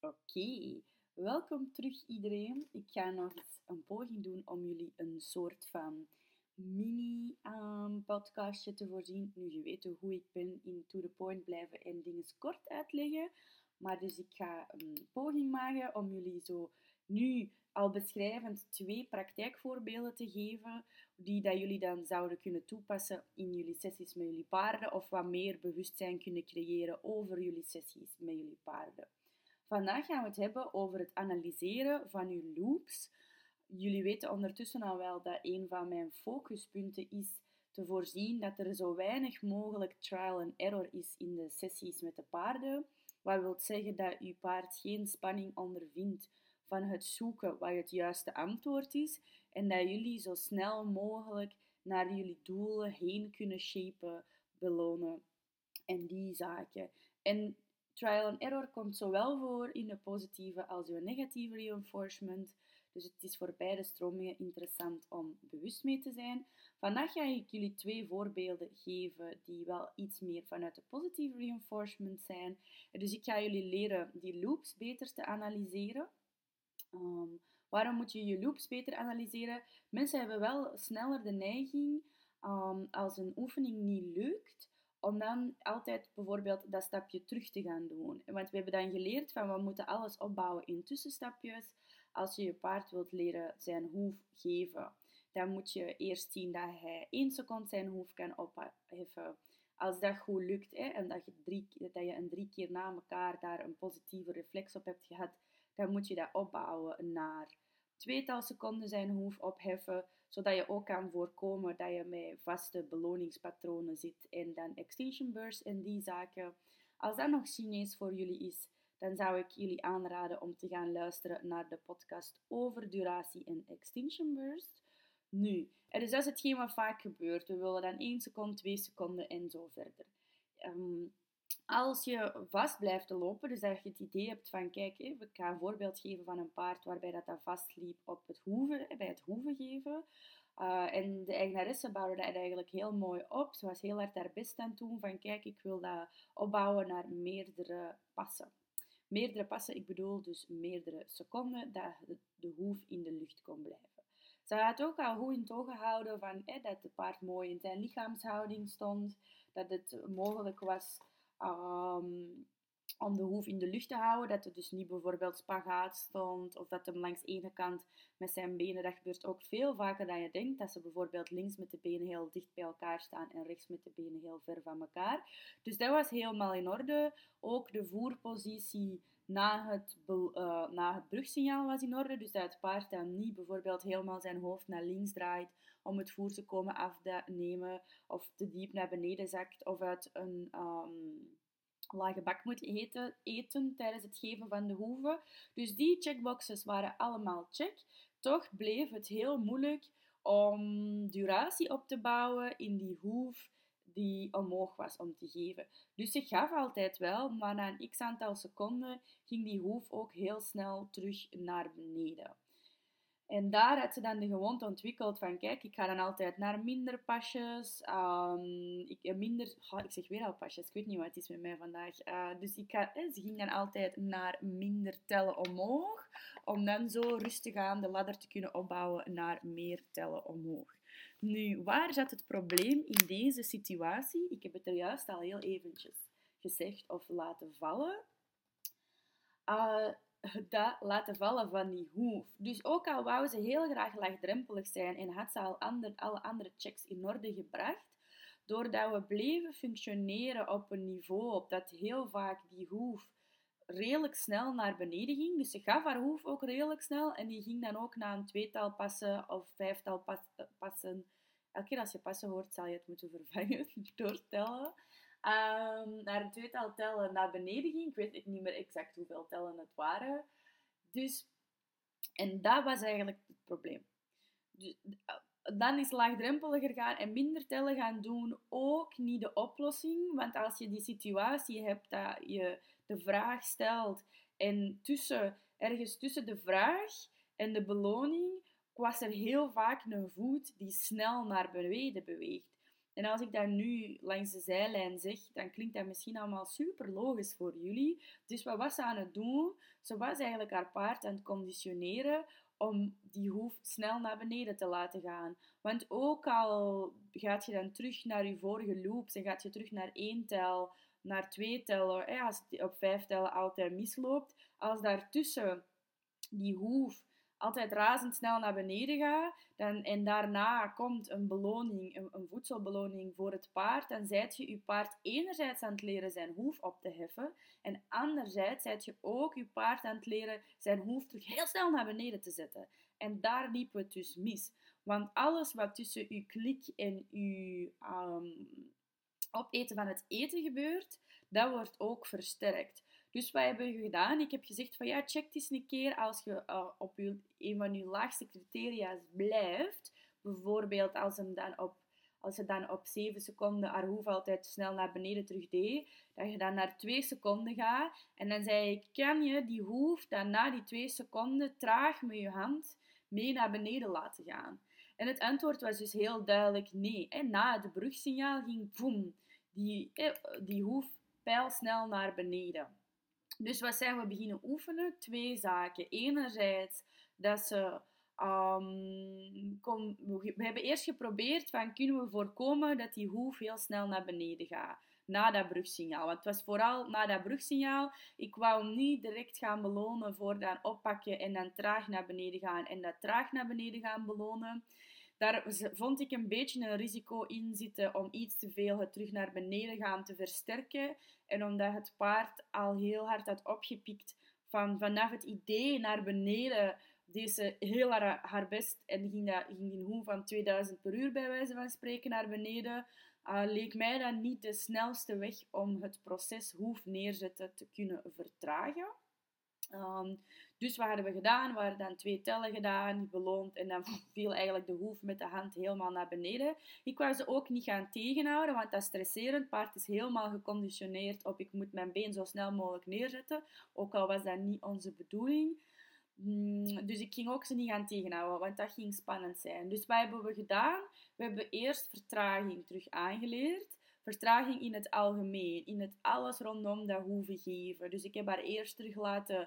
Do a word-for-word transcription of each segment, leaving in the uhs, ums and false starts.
Oké, welkom terug iedereen. Ik ga nog eens een poging doen om jullie een soort van mini-podcastje te voorzien. Nu, je weet hoe ik ben, in to the point blijven en dingen kort uitleggen. Maar dus ik ga een poging maken om jullie zo nu al beschrijvend twee praktijkvoorbeelden te geven, die dat jullie dan zouden kunnen toepassen in jullie sessies met jullie paarden, of wat meer bewustzijn kunnen creëren over jullie sessies met jullie paarden. Vandaag gaan we het hebben over het analyseren van uw loops. Jullie weten ondertussen al wel dat een van mijn focuspunten is te voorzien dat er zo weinig mogelijk trial and error is in de sessies met de paarden. Wat wil zeggen dat uw paard geen spanning ondervindt van het zoeken wat het juiste antwoord is en dat jullie zo snel mogelijk naar jullie doelen heen kunnen shapen, belonen en die zaken. En trial and error komt zowel voor in de positieve als de negatieve reinforcement. Dus het is voor beide stromingen interessant om bewust mee te zijn. Vandaag ga ik jullie twee voorbeelden geven die wel iets meer vanuit de positieve reinforcement zijn. Dus ik ga jullie leren die loops beter te analyseren. Um, waarom moet je je loops beter analyseren? Mensen hebben wel sneller de neiging, um, als een oefening niet lukt, om dan altijd bijvoorbeeld dat stapje terug te gaan doen. Want we hebben dan geleerd van we moeten alles opbouwen in tussenstapjes. Als je je paard wilt leren zijn hoef geven, dan moet je eerst zien dat hij één seconde zijn hoef kan opheffen. Als dat goed lukt, hè, en dat je, drie, dat je een drie keer na elkaar daar een positieve reflex op hebt gehad, dan moet je dat opbouwen naar tweetal seconden zijn hoef opheffen, zodat je ook kan voorkomen dat je met vaste beloningspatronen zit en dan extinction burst en die zaken. Als dat nog Chinees voor jullie is, dan zou ik jullie aanraden om te gaan luisteren naar de podcast over duratie en extinction burst. Nu, er is dus hetgeen wat vaak gebeurt. We willen dan één seconde, twee seconden en zo verder. Um, Als je vast blijft lopen, dus dat je het idee hebt van, kijk, ik ga een voorbeeld geven van een paard waarbij dat, dat vastliep op het hoeven, bij het hoeven geven. Uh, en de eigenaresse bouwde dat eigenlijk heel mooi op. Ze was heel hard haar best aan het doen van, kijk, ik wil dat opbouwen naar meerdere passen. Meerdere passen, ik bedoel dus meerdere seconden, dat de hoef in de lucht kon blijven. Ze had ook al goed in het oog gehouden van, eh, dat het paard mooi in zijn lichaamshouding stond, dat het mogelijk was Um, om de hoef in de lucht te houden, dat er dus niet bijvoorbeeld spagaat stond, of dat hem langs de ene kant met zijn benen, dat gebeurt ook veel vaker dan je denkt, dat ze bijvoorbeeld links met de benen heel dicht bij elkaar staan en rechts met de benen heel ver van elkaar. Dus dat was helemaal in orde. Ook de voerpositie na het, uh, na het brugsignaal was in orde, dus dat het paard dan niet bijvoorbeeld helemaal zijn hoofd naar links draait om het voer te komen afnemen, of te diep naar beneden zakt, of uit een um, lage bak moet eten, eten tijdens het geven van de hoeven. Dus die checkboxes waren allemaal check. Toch bleef het heel moeilijk om duratie op te bouwen in die hoef die omhoog was om te geven. Dus ze gaf altijd wel, maar na een x-aantal seconden ging die hoef ook heel snel terug naar beneden. En daar had ze dan de gewoonte ontwikkeld van, kijk, ik ga dan altijd naar minder pasjes. Um, ik, minder, oh, ik zeg weer al pasjes, ik weet niet wat het is met mij vandaag. Uh, dus ik ga, eh, ze ging dan altijd naar minder tellen omhoog, om dan zo rustig aan de ladder te kunnen opbouwen naar meer tellen omhoog. Nu, waar zat het probleem in deze situatie? Ik heb het er juist al heel eventjes gezegd of laten vallen. Uh, dat laten vallen van die hoef. Dus ook al wou ze heel graag laagdrempelig zijn en had ze al ander, alle andere checks in orde gebracht, doordat we bleven functioneren op een niveau op dat heel vaak die hoef redelijk snel naar beneden ging. Dus ze gaf haar hoef ook redelijk snel en die ging dan ook na een tweetal passen of vijftal pas, passen. Elke keer als je passen hoort, zal je het moeten vervangen door tellen. Um, naar een tweetal tellen naar beneden ging. Ik weet niet meer exact hoeveel tellen het waren. Dus, en dat was eigenlijk het probleem. Dus, dan is laagdrempeliger gaan en minder tellen gaan doen ook niet de oplossing. Want als je die situatie hebt dat je de vraag stelt en tussen, ergens tussen de vraag en de beloning was er heel vaak een voet die snel naar beneden beweegt. En als ik dat nu langs de zijlijn zeg, dan klinkt dat misschien allemaal super logisch voor jullie. Dus wat was ze aan het doen? Ze was eigenlijk haar paard aan het conditioneren om die hoef snel naar beneden te laten gaan. Want ook al gaat je dan terug naar je vorige loops en gaat je terug naar één tel, naar twee tellen, hè, als het op vijf tellen altijd misloopt, als daartussen die hoef altijd razendsnel naar beneden gaat dan, en daarna komt een beloning, een, een voedselbeloning voor het paard, dan zijt je je paard enerzijds aan het leren zijn hoef op te heffen en anderzijds zijt je ook je paard aan het leren zijn hoef terug heel snel naar beneden te zetten. En daar liepen we het dus mis. Want alles wat tussen je klik en je um, opeten van het eten gebeurt, dat wordt ook versterkt. Dus wat hebben we gedaan? Ik heb gezegd van ja, check eens een keer als je uh, op je, een van je laagste criteria's blijft. Bijvoorbeeld als, hem dan op, als je dan op zeven seconden haar hoef altijd snel naar beneden terug deed. Dat je dan naar twee seconden gaat. En dan zei ik, kan je die hoef dan na die twee seconden traag met je hand mee naar beneden laten gaan? En het antwoord was dus heel duidelijk nee. En na het brugsignaal ging boem, die, die hoef pijlsnel naar beneden. Dus wat zijn we beginnen oefenen? Twee zaken. Enerzijds dat ze... Um, kom, we hebben eerst geprobeerd van kunnen we voorkomen dat die hoef heel snel naar beneden gaat. Na dat brugsignaal. Want het was vooral na dat brugsignaal. Ik wou hem niet direct gaan belonen voor dan oppakken en dan traag naar beneden gaan. En dat traag naar beneden gaan belonen. Daar vond ik een beetje een risico in zitten om iets te veel het terug naar beneden gaan te versterken. En omdat het paard al heel hard had opgepikt van vanaf het idee naar beneden, deed ze heel haar, haar best en ging, dat, ging die hoef van tweeduizend per uur bij wijze van spreken naar beneden. Uh, leek mij dat niet de snelste weg om het proces hoef neerzetten te kunnen vertragen. Um, dus wat hadden we gedaan? We hadden dan twee tellen gedaan, beloond en dan viel eigenlijk de hoef met de hand helemaal naar beneden. Ik wou ze ook niet gaan tegenhouden, want dat is stresserend. Het paard is helemaal geconditioneerd op ik moet mijn been zo snel mogelijk neerzetten, ook al was dat niet onze bedoeling. Mm, dus ik ging ook ze niet gaan tegenhouden, want dat ging spannend zijn. Dus wat hebben we gedaan? We hebben eerst vertraging terug aangeleerd. Vertraging in het algemeen, in het alles rondom dat hoeven geven. Dus ik heb haar eerst terug laten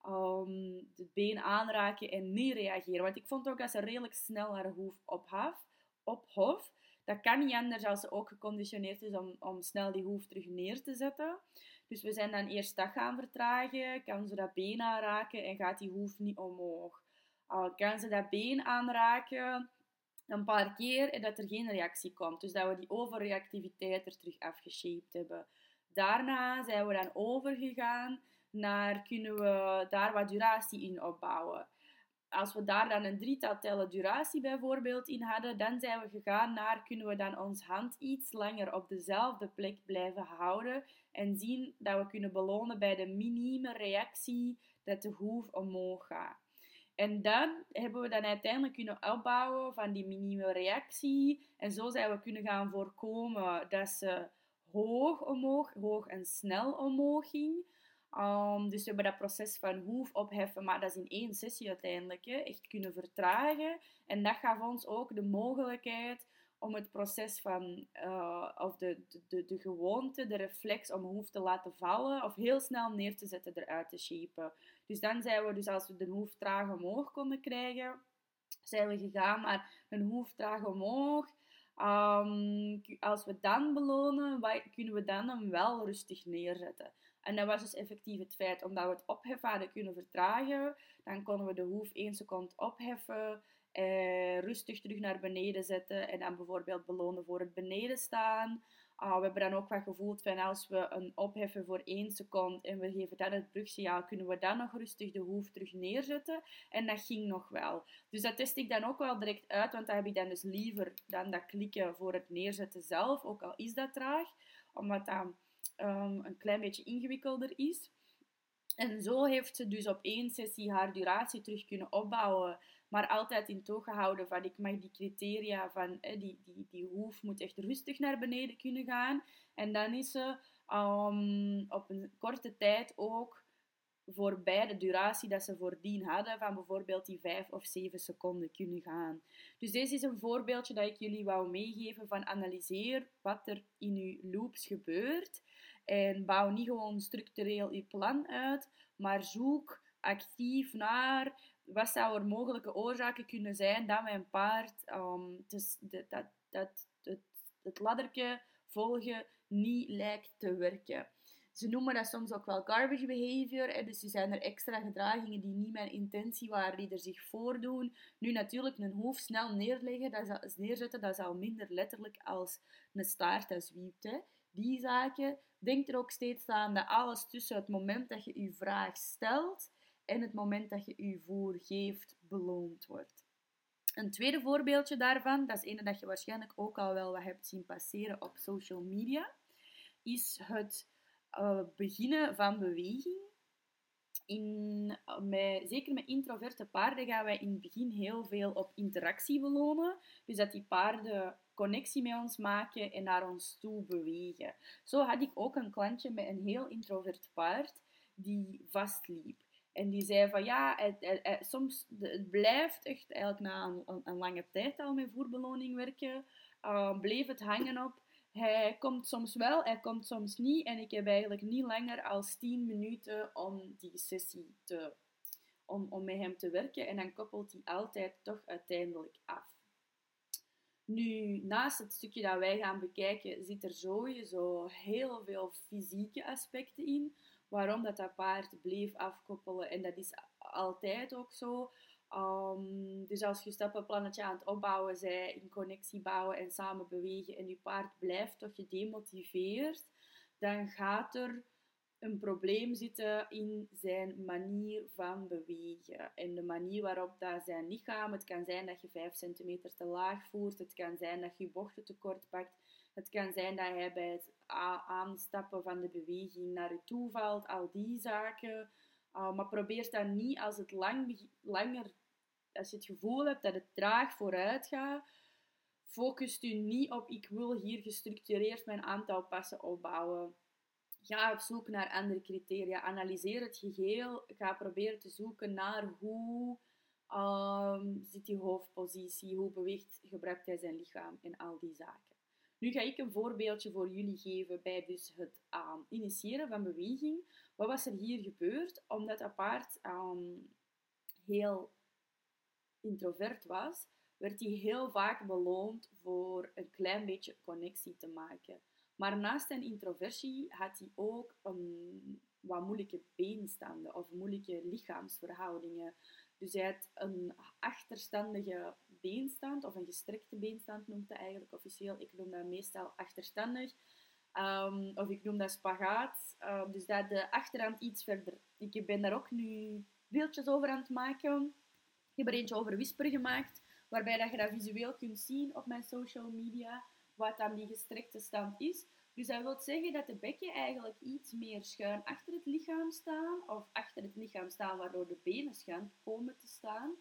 um, het been aanraken en niet reageren. Want ik vond ook dat ze redelijk snel haar hoef ophaf, ophof. Dat kan niet anders als ze ook geconditioneerd is om, om snel die hoef terug neer te zetten. Dus we zijn dan eerst dat gaan vertragen. Kan ze dat been aanraken en gaat die hoef niet omhoog. Uh, kan ze dat been aanraken een paar keer en dat er geen reactie komt. Dus dat we die overreactiviteit er terug afgeshaped hebben. Daarna zijn we dan overgegaan naar kunnen we daar wat duratie in opbouwen. Als we daar dan een drietal tellen duratie bijvoorbeeld in hadden, dan zijn we gegaan naar kunnen we dan ons hand iets langer op dezelfde plek blijven houden en zien dat we kunnen belonen bij de minieme reactie dat de hoef omhoog gaat. En dan hebben we dan uiteindelijk kunnen opbouwen van die minieme reactie. En zo zijn we kunnen gaan voorkomen dat ze hoog omhoog, hoog en snel omhoog ging. Um, dus we hebben dat proces van hoef opheffen, maar dat is in één sessie uiteindelijk, hè, echt kunnen vertragen. En dat gaf ons ook de mogelijkheid om het proces van, uh, of de, de, de gewoonte, de reflex om hoef te laten vallen of heel snel neer te zetten, eruit te shapen. Dus dan zijn we, dus als we de hoef traag omhoog konden krijgen, zijn we gegaan naar een hoef traag omhoog. Um, als we dan belonen, kunnen we dan hem wel rustig neerzetten. En dat was dus effectief het feit, omdat we het opheffen hadden kunnen vertragen, dan konden we de hoef één seconde opheffen, eh, rustig terug naar beneden zetten en dan bijvoorbeeld belonen voor het beneden staan. Uh, we hebben dan ook wat gevoeld van als we een opheffen voor één seconde en we geven dan het brugsignaal, kunnen we dan nog rustig de hoef terug neerzetten. En dat ging nog wel. Dus dat test ik dan ook wel direct uit, want dat heb ik dan dus liever dan dat klikken voor het neerzetten zelf, ook al is dat traag, omdat dat um, een klein beetje ingewikkelder is. En zo heeft ze dus op één sessie haar duratie terug kunnen opbouwen, maar altijd in toog gehouden van ik mag die criteria van eh, die, die, die hoef moet echt rustig naar beneden kunnen gaan. En dan is ze um, op een korte tijd ook voorbij de duratie dat ze voordien hadden, van bijvoorbeeld die vijf of zeven seconden kunnen gaan. Dus deze is een voorbeeldje dat ik jullie wou meegeven van analyseer wat er in je loops gebeurt. En bouw niet gewoon structureel je plan uit, maar zoek actief naar wat zou er mogelijke oorzaken kunnen zijn dat mijn paard um, dus dat, dat, dat, het, het laddertje volgen niet lijkt te werken. Ze noemen dat soms ook wel garbage behavior. Hè? Dus er zijn er extra gedragingen die niet mijn intentie waren, die er zich voordoen. Nu natuurlijk, een hoofd snel neerleggen, dat zal, neerzetten, dat is al minder letterlijk als een staart dat zwiept. Hè? Die zaken. Denk er ook steeds aan dat alles tussen het moment dat je je vraag stelt en het moment dat je je voer geeft, beloond wordt. Een tweede voorbeeldje daarvan, dat is een dat je waarschijnlijk ook al wel wat hebt zien passeren op social media, is het uh, beginnen van beweging. In, met, zeker met introverte paarden gaan wij in het begin heel veel op interactie belonen. Dus dat die paarden connectie met ons maken en naar ons toe bewegen. Zo had ik ook een klantje met een heel introvert paard die vastliep. En die zei van ja, het, het, het, soms het blijft echt eigenlijk na een, een, een lange tijd al met voerbeloning werken. Uh, bleef het hangen op. Hij komt soms wel, hij komt soms niet. En ik heb eigenlijk niet langer als tien minuten om die sessie te, om, om met hem te werken. En dan koppelt hij altijd toch uiteindelijk af. Nu, naast het stukje dat wij gaan bekijken, zit er sowieso heel veel fysieke aspecten in. Waarom dat, dat paard bleef afkoppelen. En dat is altijd ook zo. Um, dus als je stappenplannetje aan het opbouwen bent, in connectie bouwen en samen bewegen en je paard blijft toch gedemotiveerd, dan gaat er een probleem zitten in zijn manier van bewegen. En de manier waarop dat zijn lichaam, het kan zijn dat je vijf centimeter te laag voert, het kan zijn dat je je bochten te kort pakt, het kan zijn dat hij bij het aanstappen van de beweging naar je toe valt, al die zaken. Uh, maar probeer dan niet als het lang, langer, als je het gevoel hebt dat het traag vooruit gaat, focust u niet op ik wil hier gestructureerd mijn aantal passen opbouwen. Ga op zoek naar andere criteria. Analyseer het geheel. Ga proberen te zoeken naar hoe um, zit die hoofdpositie, hoe beweegt, gebruikt hij zijn lichaam en al die zaken. Nu ga ik een voorbeeldje voor jullie geven bij dus het um, initiëren van beweging. Wat was er hier gebeurd? Omdat dat paard um, heel introvert was, werd hij heel vaak beloond voor een klein beetje connectie te maken. Maar naast zijn introversie had hij ook een, wat moeilijke beenstanden of moeilijke lichaamsverhoudingen. Dus hij had een achterstandige beenstand, of een gestrekte beenstand noemt hij eigenlijk officieel. Ik noem dat meestal achterstandig. Um, of ik noem dat spagaat. Um, dus dat de achterhand iets verder... Ik ben daar ook nu beeldjes over aan het maken. Ik heb er eentje over whisper gemaakt, waarbij dat je dat visueel kunt zien op mijn social media, wat dan die gestrekte stand is. Dus dat wil zeggen dat de bekken eigenlijk iets meer schuin achter het lichaam staan, of achter het lichaam staan, waardoor de benen schuin komen te staan.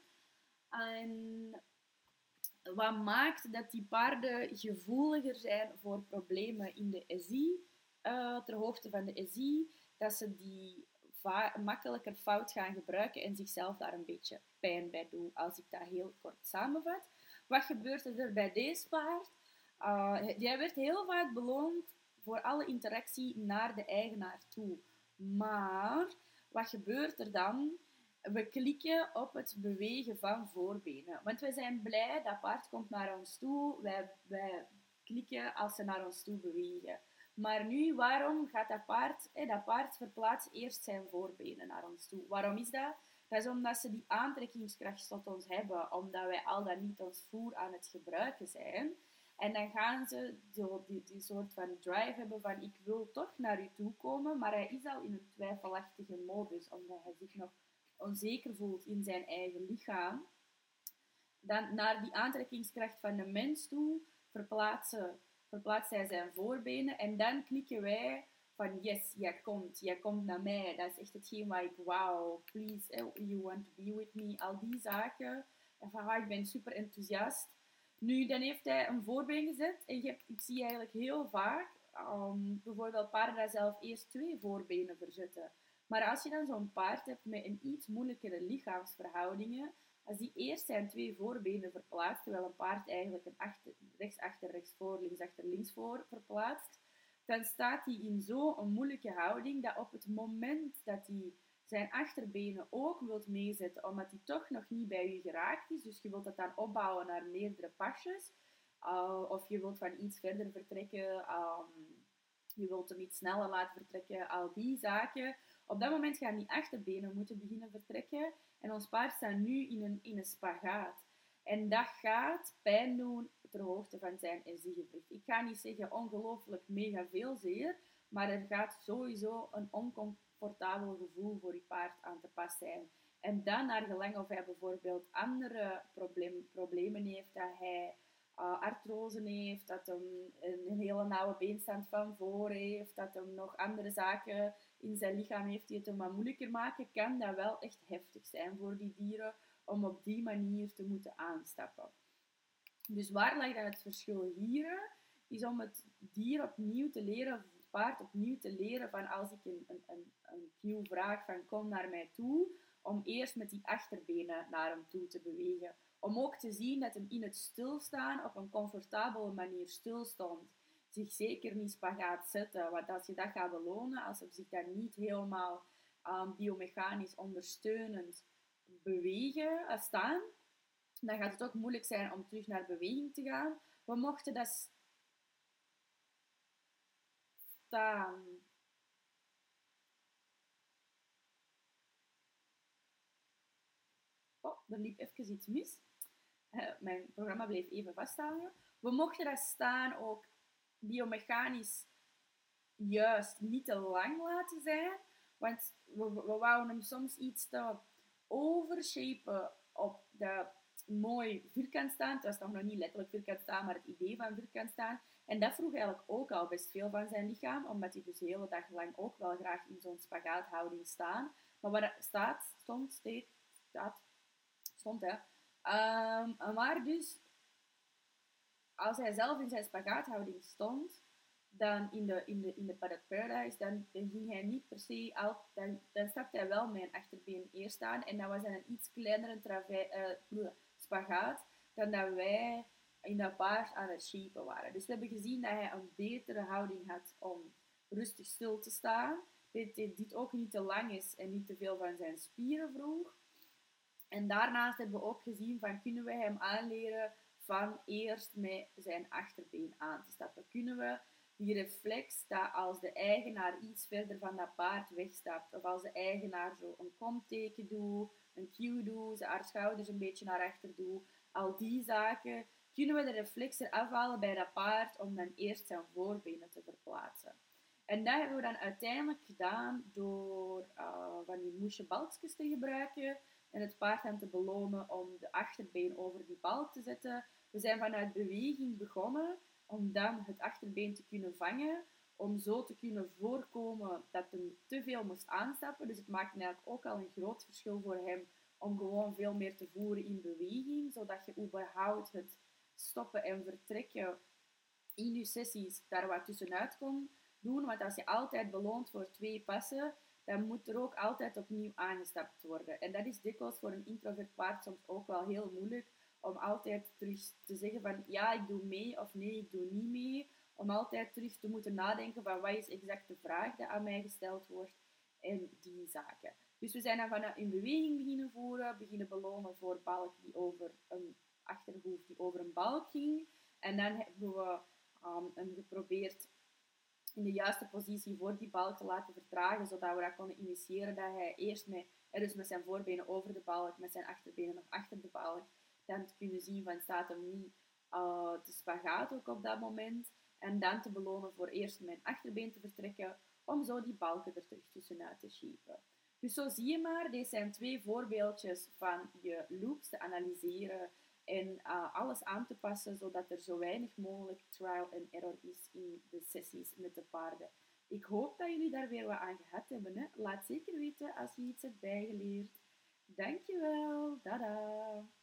En wat maakt dat die paarden gevoeliger zijn voor problemen in de S I, uh, ter hoogte van de S I, dat ze die va- makkelijker fout gaan gebruiken en zichzelf daar een beetje pijn bij doen, als ik dat heel kort samenvat. Wat gebeurt er bij deze paard? Uh, jij werd heel vaak beloond voor alle interactie naar de eigenaar toe. Maar wat gebeurt er dan? We klikken op het bewegen van voorbenen. Want we zijn blij, dat paard komt naar ons toe. Wij, wij klikken als ze naar ons toe bewegen. Maar nu, waarom gaat dat paard... Eh, dat paard verplaatst eerst zijn voorbenen naar ons toe. Waarom is dat? Dat is omdat ze die aantrekkingskracht tot ons hebben. Omdat wij al dan niet ons voer aan het gebruiken zijn. En dan gaan ze die, die, die soort van drive hebben van ik wil toch naar u toe komen. Maar hij is al in een twijfelachtige modus. Omdat hij zich nog onzeker voelt in zijn eigen lichaam. Dan naar die aantrekkingskracht van de mens toe verplaatsen, verplaatst hij zijn voorbenen. En dan klikken wij van yes, jij komt, jij komt naar mij. Dat is echt hetgeen waar ik, wow, please, you want to be with me. Al die zaken. En van, ah, ik ben super enthousiast. Nu, dan heeft hij een voorbeen gezet. En je hebt, ik zie eigenlijk heel vaak, um, bijvoorbeeld paarden dat zelf eerst twee voorbenen verzetten. Maar als je dan zo'n paard hebt met een iets moeilijkere lichaamsverhoudingen, als die eerst zijn twee voorbenen verplaatst, terwijl een paard eigenlijk een achter, rechtsachter, rechtsvoor, linksachter, linksvoor verplaatst, dan staat hij in zo'n moeilijke houding dat op het moment dat hij zijn achterbenen ook wilt meezetten, omdat hij toch nog niet bij je geraakt is, dus je wilt dat dan opbouwen naar meerdere pasjes, uh, of je wilt van iets verder vertrekken, um, je wilt hem iets sneller laten vertrekken, al die zaken. Op dat moment gaan die achterbenen moeten beginnen vertrekken en ons paard staat nu in een, in een spagaat. En dat gaat pijn doen ter hoogte van zijn ziegewricht. Ik ga niet zeggen ongelooflijk mega veel zeer, maar er gaat sowieso een oncomfortabel gevoel voor je paard aan te pas zijn. En dan naar gelang of hij bijvoorbeeld andere probleem, problemen heeft, dat hij uh, artrose heeft, dat hij een, een hele nauwe beenstand van voor heeft, dat hij nog andere zaken in zijn lichaam heeft die het hem wat moeilijker maken, kan dat wel echt heftig zijn voor die dieren om op die manier te moeten aanstappen. Dus waar ligt dan het verschil hier? Is om het dier opnieuw te leren, of het paard opnieuw te leren van als ik een, een, een, een cue vraag van kom naar mij toe, om eerst met die achterbenen naar hem toe te bewegen. Om ook te zien dat hem in het stilstaan op een comfortabele manier stilstond. Zich zeker niet spagaat zetten, want als je dat gaat belonen, als hij zich dan niet helemaal um, biomechanisch ondersteunend bewegen, uh, staan, dan gaat het ook moeilijk zijn om terug naar beweging te gaan. We mochten dat staan. Oh, er liep even iets mis. Uh, mijn programma bleef even vasthouden. We mochten dat staan ook biomechanisch juist niet te lang laten zijn. Want we, we wouden hem soms iets te overshapen op de mooi vierkant staan. Het was nog niet letterlijk vierkant staan, maar het idee van vierkant staan. En dat vroeg eigenlijk ook al best veel van zijn lichaam, omdat hij dus de hele dag lang ook wel graag in zo'n spagaathouding staan. Maar waar het staat, stond, steeds, staat, stond hè. Um, maar dus, als hij zelf in zijn spagaathouding stond, dan in de, in de, in de Paddock Paradise, dan, dan ging hij niet per se, al, dan, dan stapte hij wel met een achterbeen eerst aan en dat was dan een iets kleinere trave, uh, spagaat dan dat wij in dat paard aan het shapen waren. Dus we hebben gezien dat hij een betere houding had om rustig stil te staan, dat dit ook niet te lang is en niet te veel van zijn spieren vroeg. En daarnaast hebben we ook gezien van kunnen we hem aanleren van eerst met zijn achterbeen aan te stappen. Kunnen we die reflex dat als de eigenaar iets verder van dat paard wegstapt, of als de eigenaar zo een komteken doet, een cue doet, haar schouders een beetje naar achter doet, al die zaken, kunnen we de reflex eraf halen bij dat paard om dan eerst zijn voorbenen te verplaatsen. En dat hebben we dan uiteindelijk gedaan door uh, van die moesje balkjes te gebruiken en het paard dan te belonen om de achterbeen over die balk te zetten. We zijn vanuit beweging begonnen om dan het achterbeen te kunnen vangen, om zo te kunnen voorkomen dat hij te veel moest aanstappen. Dus het maakt eigenlijk ook al een groot verschil voor hem om gewoon veel meer te voeren in beweging, zodat je überhaupt het stoppen en vertrekken in je sessies daar wat tussenuit kon doen. Want als je altijd beloont voor twee passen, dan moet er ook altijd opnieuw aangestapt worden. En dat is dikwijls voor een introvert paard soms ook wel heel moeilijk, om altijd terug te zeggen van ja, ik doe mee of nee, ik doe niet mee. Om altijd terug te moeten nadenken van wat is exact de vraag die aan mij gesteld wordt en die zaken. Dus we zijn dan vanuit in beweging beginnen voeren, beginnen belonen voor balk die over een achterhoef die over een balk ging. En dan hebben we um, hem geprobeerd in de juiste positie voor die balk te laten vertragen, zodat we dat konden initiëren dat hij eerst met, dus met zijn voorbenen over de balk, met zijn achterbenen nog achter de balk, dan te kunnen zien van staat hem niet uh, te spagaat ook op dat moment. En dan te belonen voor eerst mijn achterbeen te vertrekken, om zo die balken er terug tussenuit te shapen. Dus zo zie je maar, deze zijn twee voorbeeldjes van je loops te analyseren en uh, alles aan te passen, zodat er zo weinig mogelijk trial and error is in de sessies met de paarden. Ik hoop dat jullie daar weer wat aan gehad hebben. Hè? Laat zeker weten als je iets hebt bijgeleerd. Dankjewel. Tada.